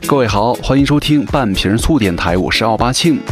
各位好，欢迎收听半瓶醋电台，我是奥巴庆。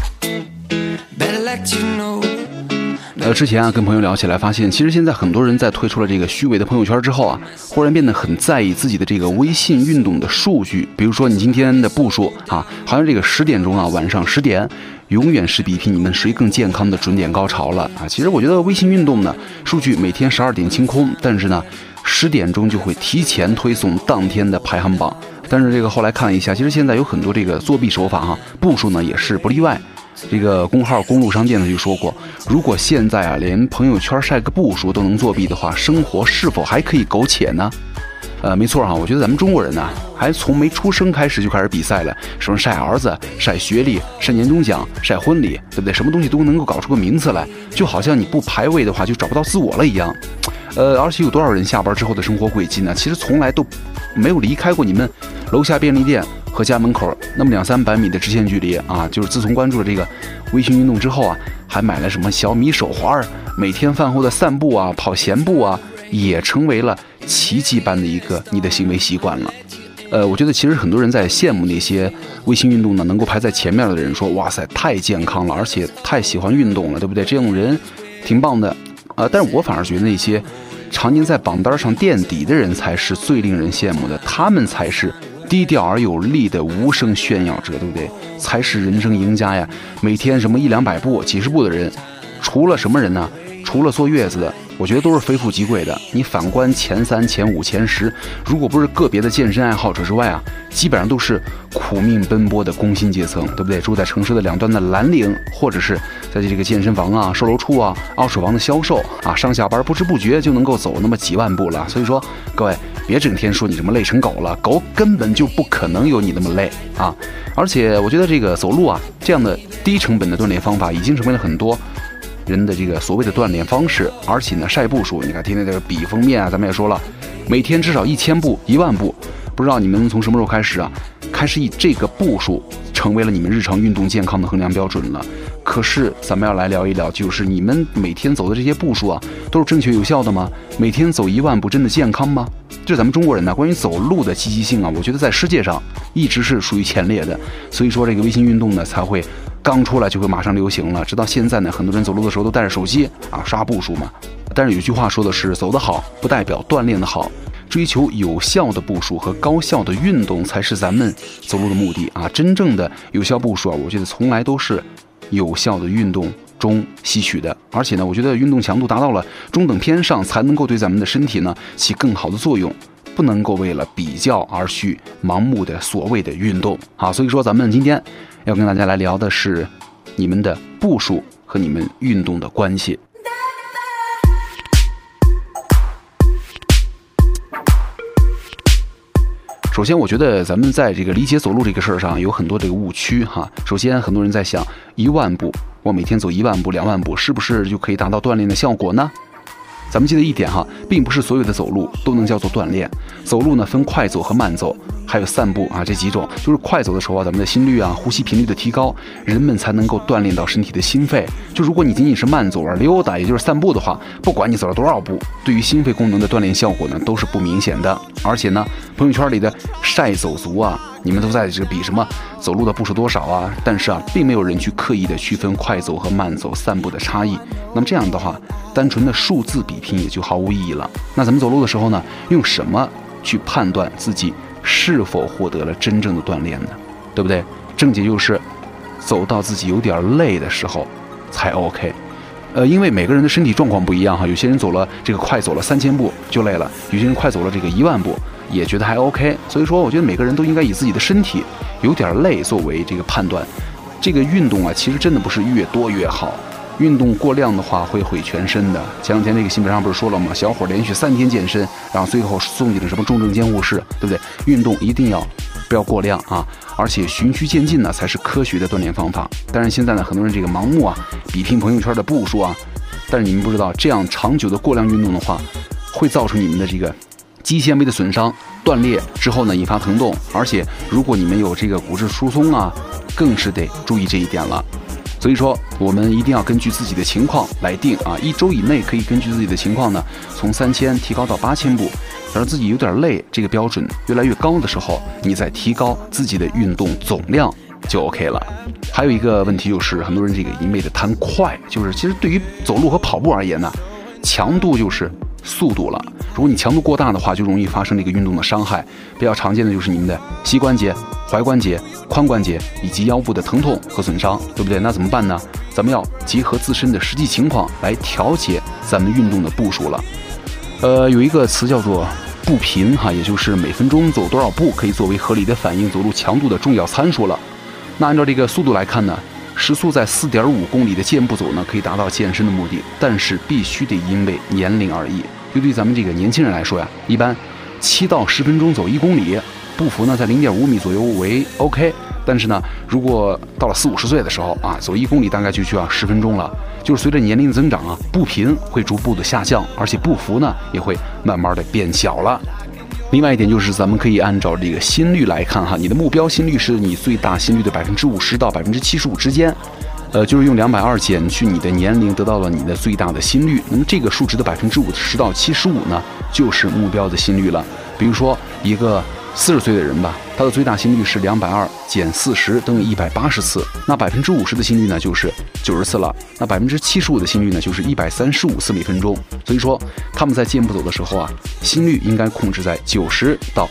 之前跟朋友聊起来，发现其实现在很多人在退出了这个虚伪的朋友圈之后啊，忽然变得很在意自己的这个微信运动的数据。比如说你今天的步数啊，好像这个10点钟啊，晚上10点，永远是比拼你们谁更健康的准点高潮了啊。其实我觉得微信运动呢，数据每天12点清空，但是呢，10点钟就会提前推送当天的排行榜。但是这个后来看了一下，其实现在有很多这个作弊手法哈，步数呢也是不例外。这个公号公路商店呢就说过，如果现在啊连朋友圈晒个步数都能作弊的话，生活是否还可以苟且呢？没错哈，我觉得咱们中国人呢，还从没出生开始就开始比赛了，什么晒儿子、晒学历、晒年终奖、晒婚礼，对不对？什么东西都能够搞出个名次来，就好像你不排位的话就找不到自我了一样。而且有多少人下班之后的生活轨迹呢？其实从来都没有离开过你们楼下便利店和家门口那么200-300米的直线距离啊！就是自从关注了这个微信运动之后啊，还买了什么小米手环，每天饭后的散步啊、跑闲步啊，也成为了奇迹般的一个你的行为习惯了。我觉得其实很多人在羡慕那些微信运动呢能够排在前面的人，说哇塞太健康了，而且太喜欢运动了，对不对？这种人挺棒的。但是我反而觉得那些常年在榜单上垫底的人才是最令人羡慕的，他们才是低调而有力的无声炫耀者，对不对？才是人生赢家呀！每天什么100-200步、几十步的人，除了什么人呢？除了坐月子的，我觉得都是非富即贵的。你反观前3、前5、前10，如果不是个别的健身爱好者之外啊，基本上都是苦命奔波的工薪阶层，对不对？住在城市的两端的蓝领，或者是在这个健身房啊、售楼处啊、二手房的销售啊，上下班不知不觉就能够走那么几万步了。所以说，各位别整天说你什么累成狗了，狗根本就不可能有你那么累啊！而且我觉得这个走路啊，这样的低成本的锻炼方法已经成为了很多人的这个所谓的锻炼方式。而且呢，晒步数，你看天天这个比封面啊，咱们也说了，每天至少1000步、10000步。不知道你们从什么时候开始啊，开始以这个步数成为了你们日常运动健康的衡量标准了。可是咱们要来聊一聊，就是你们每天走的这些步数啊，都是正确有效的吗？每天走10000步真的健康吗？这咱们中国人呢，关于走路的积极性啊，我觉得在世界上一直是属于前列的。所以说这个微信运动呢，才会刚出来就会马上流行了。直到现在呢，很多人走路的时候都带着手机啊刷步数嘛。但是有句话说的是，走得好不代表锻炼得好。追求有效的步数和高效的运动才是咱们走路的目的啊！真正的有效步数啊，我觉得从来都是有效的运动中吸取的。而且呢，我觉得运动强度达到了中等偏上，才能够对咱们的身体呢起更好的作用，不能够为了比较而去盲目的所谓的运动啊！所以说，咱们今天要跟大家来聊的是你们的步数和你们运动的关系。首先，我觉得咱们在这个理解走路这个事儿上有很多这个误区哈。首先，很多人在想，10000步，我每天走10000步、20000步，是不是就可以达到锻炼的效果呢？咱们记得一点哈，并不是所有的走路都能叫做锻炼。走路呢分快走和慢走，还有散步啊这几种。就是快走的时候啊，咱们的心率啊、呼吸频率的提高，人们才能够锻炼到身体的心肺。就如果你仅仅是慢走啊、溜达，也就是散步的话，不管你走了多少步，对于心肺功能的锻炼效果呢都是不明显的。而且呢，朋友圈里的晒走族啊，你们都在这个比什么走路的步数多少啊，但是啊，并没有人去刻意的区分快走和慢走、散步的差异。那么这样的话，单纯的数字比拼也就毫无意义了。那咱们走路的时候呢，用什么去判断自己是否获得了真正的锻炼呢？对不对？正解就是走到自己有点累的时候才 OK。因为每个人的身体状况不一样哈，有些人走了这个快走了3000步就累了，有些人快走了这个10000步也觉得还 OK。所以说，我觉得每个人都应该以自己的身体有点累作为这个判断。这个运动啊，其实真的不是越多越好。运动过量的话会毁全身的。前两天这个新闻上不是说了吗？小伙连续3天健身，然后最后送进了什么重症监护室，对不对？运动一定要不要过量啊，而且循序渐进呢才是科学的锻炼方法。但是现在呢，很多人这个盲目啊，比拼朋友圈的步数啊，但是你们不知道，这样长久的过量运动的话，会造成你们的这个肌纤维的损伤，断裂之后呢引发疼痛，而且如果你们有这个骨质疏松啊，更是得注意这一点了。所以说，我们一定要根据自己的情况来定啊，1周以内可以根据自己的情况呢，从3000提高到8000步， 然后自己有点累，这个标准越来越高的时候，你再提高自己的运动总量就 OK 了。还有一个问题就是很多人这个一味的贪快，就是其实对于走路和跑步而言呢，强度就是速度了。如果你强度过大的话，就容易发生这个运动的伤害。比较常见的就是你们的膝关节、踝关节、髋关节以及腰部的疼痛和损伤，对不对？那怎么办呢？咱们要结合自身的实际情况来调节咱们运动的步数了。有一个词叫做步频哈，也就是每分钟走多少步可以作为合理的反映走路强度的重要参数了。那按照这个速度来看呢，时速在4.5公里的健步走呢，可以达到健身的目的，但是必须得因为年龄而异。就对咱们这个年轻人来说呀，一般7到10分钟走1公里，步幅呢在0.5米左右为 OK。但是呢，如果到了40、50岁的时候啊，走1公里大概就需要10分钟了。就是随着年龄的增长啊，步频会逐步的下降，而且步幅呢也会慢慢的变小了。另外一点就是，咱们可以按照这个心率来看哈，你的目标心率是你最大心率的50%到75%之间。就是用220减去你的年龄，得到了你的最大的心率。那么这个数值的50%到75%呢，就是目标的心率了。比如说一个40岁的人吧，他的最大心率是220减40等于180次，那50%的心率呢就是90次了，那75%的心率呢就是135次每分钟。所以说他们在健步走的时候啊，心率应该控制在90到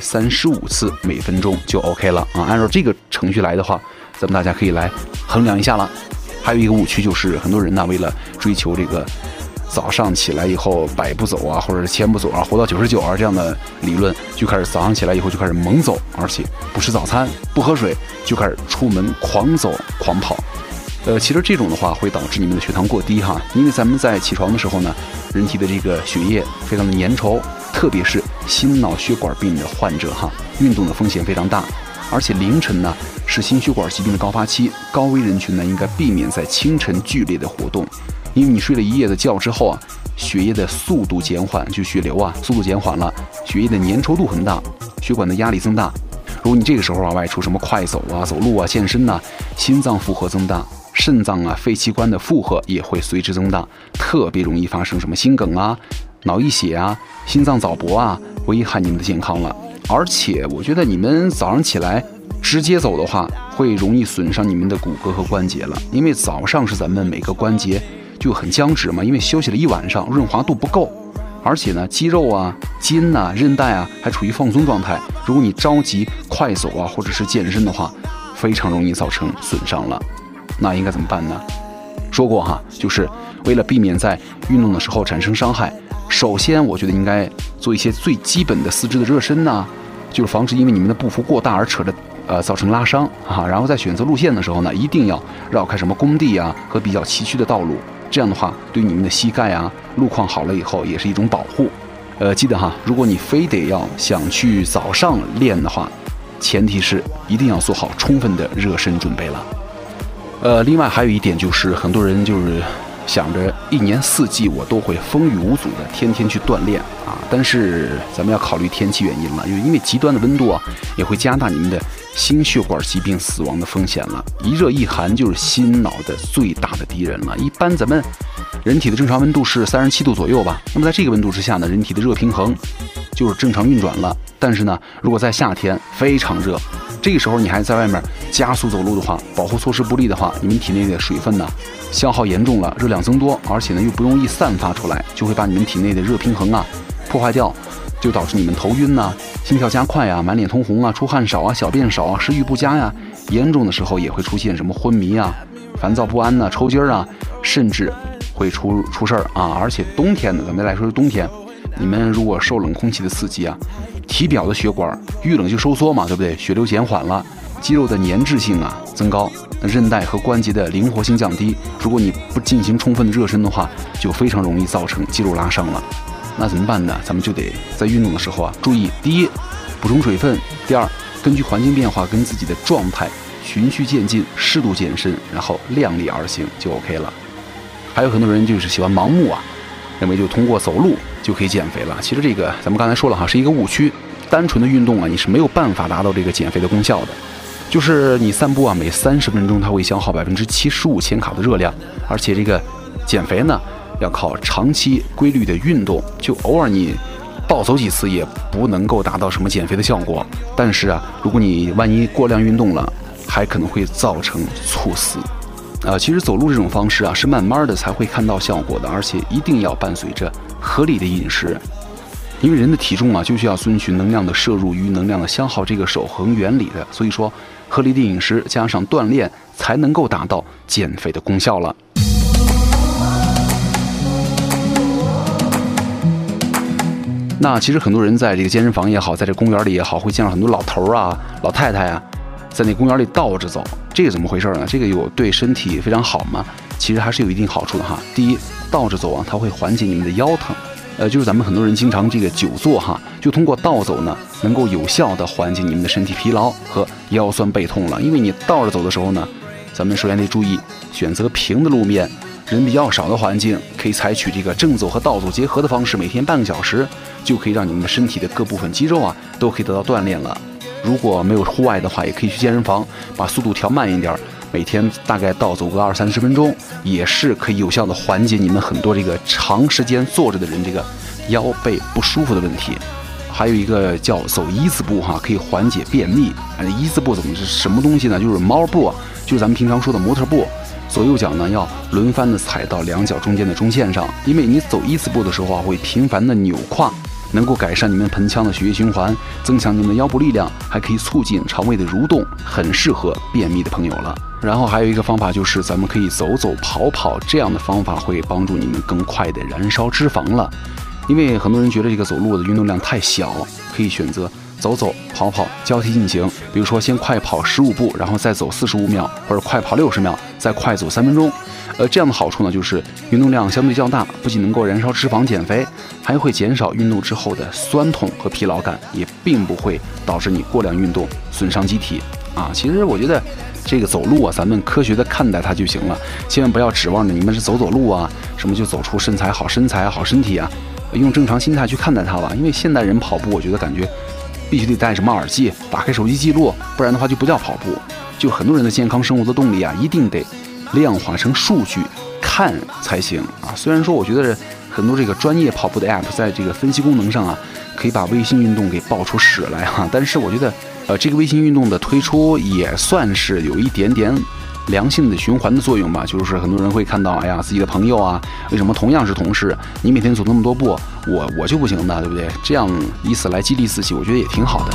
135次每分钟就 OK 了啊。按照这个程序来的话，咱们大家可以来衡量一下了。还有一个误区就是很多人呢，为了追求这个早上起来以后100步走啊，或者是1000步走啊，活到99啊这样的理论，就开始早上起来以后就开始猛走，而且不吃早餐不喝水就开始出门狂走狂跑。其实这种的话会导致你们的血糖过低哈，因为咱们在起床的时候呢，人体的这个血液非常的粘稠，特别是心脑血管病的患者哈，运动的风险非常大。而且凌晨呢是心血管疾病的高发期，高危人群呢应该避免在清晨剧烈的活动，因为你睡了一夜的觉之后啊，血液的速度减缓，就血流啊速度减缓了，血液的粘稠度很大，血管的压力增大。如果你这个时候啊外出什么快走啊、走路啊、健身呐，心脏负荷增大，肾脏啊、肺器官的负荷也会随之增大，特别容易发生什么心梗啊、脑溢血啊、心脏早搏啊，危害你们的健康了。而且我觉得你们早上起来直接走的话，会容易损伤你们的骨骼和关节了，因为早上是咱们每个关节就很僵直嘛，因为休息了一晚上，润滑度不够，而且呢肌肉啊、筋啊、韧带啊还处于放松状态。如果你着急快走啊或者是健身的话，非常容易造成损伤了。那应该怎么办呢？说过哈，就是为了避免在运动的时候产生伤害，首先我觉得应该做一些最基本的四肢的热身呐，就是防止因为你们的步幅过大而扯着造成拉伤啊。然后在选择路线的时候呢，一定要绕开什么工地啊和比较崎岖的道路，这样的话对你们的膝盖啊路况好了以后也是一种保护。记得哈，如果你非得要想去早上练的话，前提是一定要做好充分的热身准备了。另外还有一点就是很多人就是想着一年四季我都会风雨无阻的天天去锻炼啊，但是咱们要考虑天气原因了，因为极端的温度啊也会加大你们的心血管疾病死亡的风险了。一热一寒就是心脑的最大的敌人了。一般咱们人体的正常温度是37度左右吧，那么在这个温度之下呢，人体的热平衡就是正常运转了。但是呢，如果在夏天非常热，这个时候你还在外面加速走路的话，保护措施不利的话，你们体内的水分呢消耗严重了，热量增多，而且呢又不容易散发出来，就会把你们体内的热平衡啊破坏掉，就导致你们头晕呐、心跳加快啊、满脸通红啊、出汗少啊、小便少啊、食欲不佳呀，严重的时候也会出现什么昏迷啊、烦躁不安呐、抽筋啊，甚至会出事儿啊。而且冬天呢，咱们来说是冬天，你们如果受冷空气的刺激啊，体表的血管遇冷就收缩嘛，对不对？血流减缓了，肌肉的粘滞性啊增高，韧带和关节的灵活性降低。如果你不进行充分的热身的话，就非常容易造成肌肉拉伤了。那怎么办呢？咱们就得在运动的时候啊，注意第一，补充水分；第二，根据环境变化跟自己的状态循序渐进，适度健身，然后量力而行就 OK 了。还有很多人就是喜欢盲目啊，认为就通过走路就可以减肥了。其实这个咱们刚才说了哈，是一个误区。单纯的运动啊，你是没有办法达到这个减肥的功效的。就是你散步啊，每30分钟它会消耗75%千卡的热量，而且这个减肥呢，要靠长期规律的运动，就偶尔你暴走几次也不能够达到什么减肥的效果。但是啊，如果你万一过量运动了，还可能会造成猝死。其实走路这种方式啊，是慢慢的才会看到效果的，而且一定要伴随着合理的饮食。因为人的体重啊，就需要遵循能量的摄入与能量的消耗这个守恒原理的，所以说合理的饮食加上锻炼，才能够达到减肥的功效了。那其实很多人在这个健身房也好，在这公园里也好，会见到很多老头啊、老太太啊，在那公园里倒着走，这个怎么回事呢？这个有对身体非常好吗？其实还是有一定好处的哈。第一，倒着走啊，它会缓解你们的腰疼。就是咱们很多人经常这个久坐哈，就通过倒走呢，能够有效的缓解你们的身体疲劳和腰酸背痛了。因为你倒着走的时候呢，咱们首先得注意选择平的路面，人比较少的环境，可以采取这个正走和倒走结合的方式，每天半个小时，就可以让你们身体的各部分肌肉啊都可以得到锻炼了。如果没有户外的话，也可以去健身房，把速度调慢一点，每天大概倒走个20-30分钟，也是可以有效的缓解你们很多这个长时间坐着的人这个腰背不舒服的问题。还有一个叫走一字步哈，可以缓解便秘。一字步怎么是什么东西呢？就是猫步啊，就是咱们平常说的模特步。左右脚呢要轮番的踩到两脚中间的中线上，因为你走一字步的时候啊，会频繁的扭胯，能够改善你们盆腔的血液循环，增强你们的腰部力量，还可以促进肠胃的蠕动，很适合便秘的朋友了。然后还有一个方法就是咱们可以走走跑跑，这样的方法会帮助你们更快的燃烧脂肪了。因为很多人觉得这个走路的运动量太小，可以选择走走跑跑交替进行，比如说先快跑15步，然后再走45秒，或者快跑60秒，再快走3分钟。这样的好处呢，就是运动量相对较大，不仅能够燃烧脂肪减肥，还会减少运动之后的酸痛和疲劳感，也并不会导致你过量运动损伤机体啊。其实我觉得这个走路啊，咱们科学的看待它就行了，千万不要指望着你们是走走路啊，什么就走出身材好身体啊，用正常心态去看待它吧。因为现代人跑步，我觉得感觉必须得戴什么耳机，打开手机记录，不然的话就不叫跑步。就很多人的健康生活的动力啊，一定得量化成数据看才行啊。虽然说我觉得很多这个专业跑步的 app 在这个分析功能上啊，可以把微信运动给爆出屎来哈，但是我觉得这个微信运动的推出也算是有一点点良性的循环的作用吧。就是很多人会看到，哎呀，自己的朋友啊，为什么同样是同事，你每天走那么多步，我就不行的，对不对？这样以此来激励自己，我觉得也挺好的。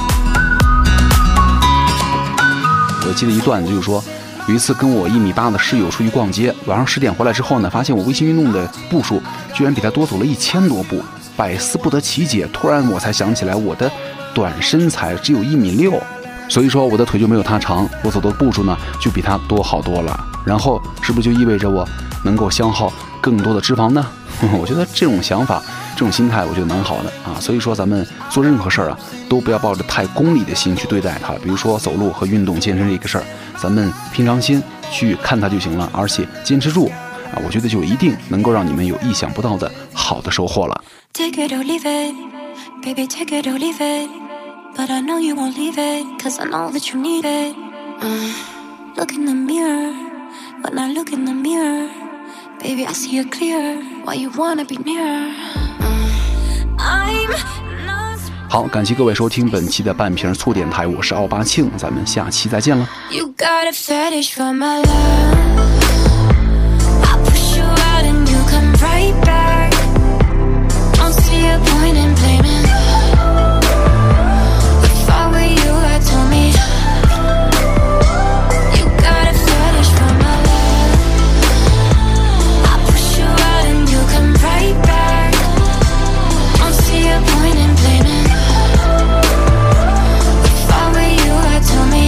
我记得一段就是说，有一次跟我1.8米的室友出去逛街，晚上10点回来之后呢，发现我微信运动的步数居然比他多走了1000多步，百思不得其解。突然我才想起来，我的短身材只有1.6米，所以说我的腿就没有他长，我走的步数呢就比他多好多了。然后是不是就意味着我能够消耗更多的脂肪呢？我觉得这种想法，这种心态，我觉得蛮好的啊。所以说咱们做任何事儿啊，都不要抱着太功利的心去对待它。比如说走路和运动健身这个事儿，咱们平常心去看它就行了，而且坚持住啊，我觉得就一定能够让你们有意想不到的好的收获了。 Take it or leave it, baby, take it or leave it, but I know you won't leave it, cause I know that you need it. Look in the mirror, when I look in the mirror, baby, I see it clear, why you wanna be near. I'm not. 好，感谢各位收听本期的半瓶醋电台，我是奥巴庆，咱们下期再见了。 You got a fetish for my love, I push you out and you come right back, don't see a point in blaming. If I were you, I'd tell me. You got a fetish for my love, I push you out and you come right back, don't see a point in blaming. If I were you, I'd tell me.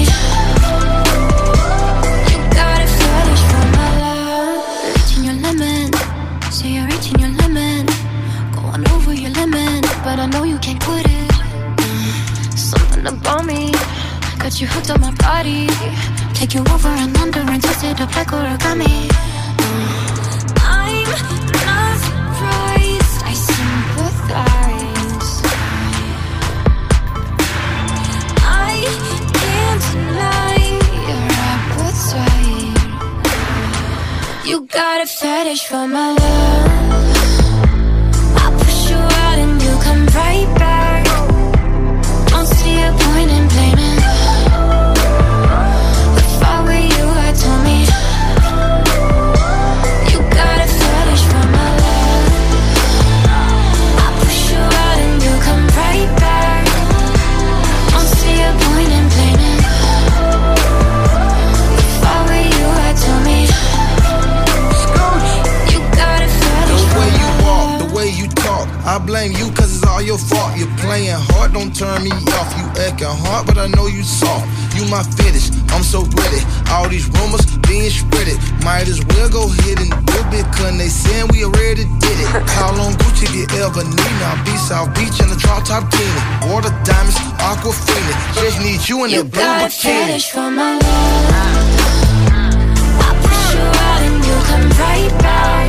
You got a fetish for my love, reaching your limit, say you're reaching your limit, going over your limit, but I know you can't quit it. Something about me got you hooked on my body, take you over and under and twist it up like origami. I'm not surprised, I sympathize, I can't deny your appetite. You got a fetish for my love, I push you out and you come right back, playing hard, don't turn me off. You acting hard, but I know you soft. You my fetish, I'm so ready. All these rumors being spreaded. Might as well go ahead and do it, cause they saying we already did it. Call on Gucci if you ever need me. I'll be South Beach in the drop top team. Water diamonds, Aquafina. Just need you in that blue bikini. You got a fetish for my love. I push you out and you come right back.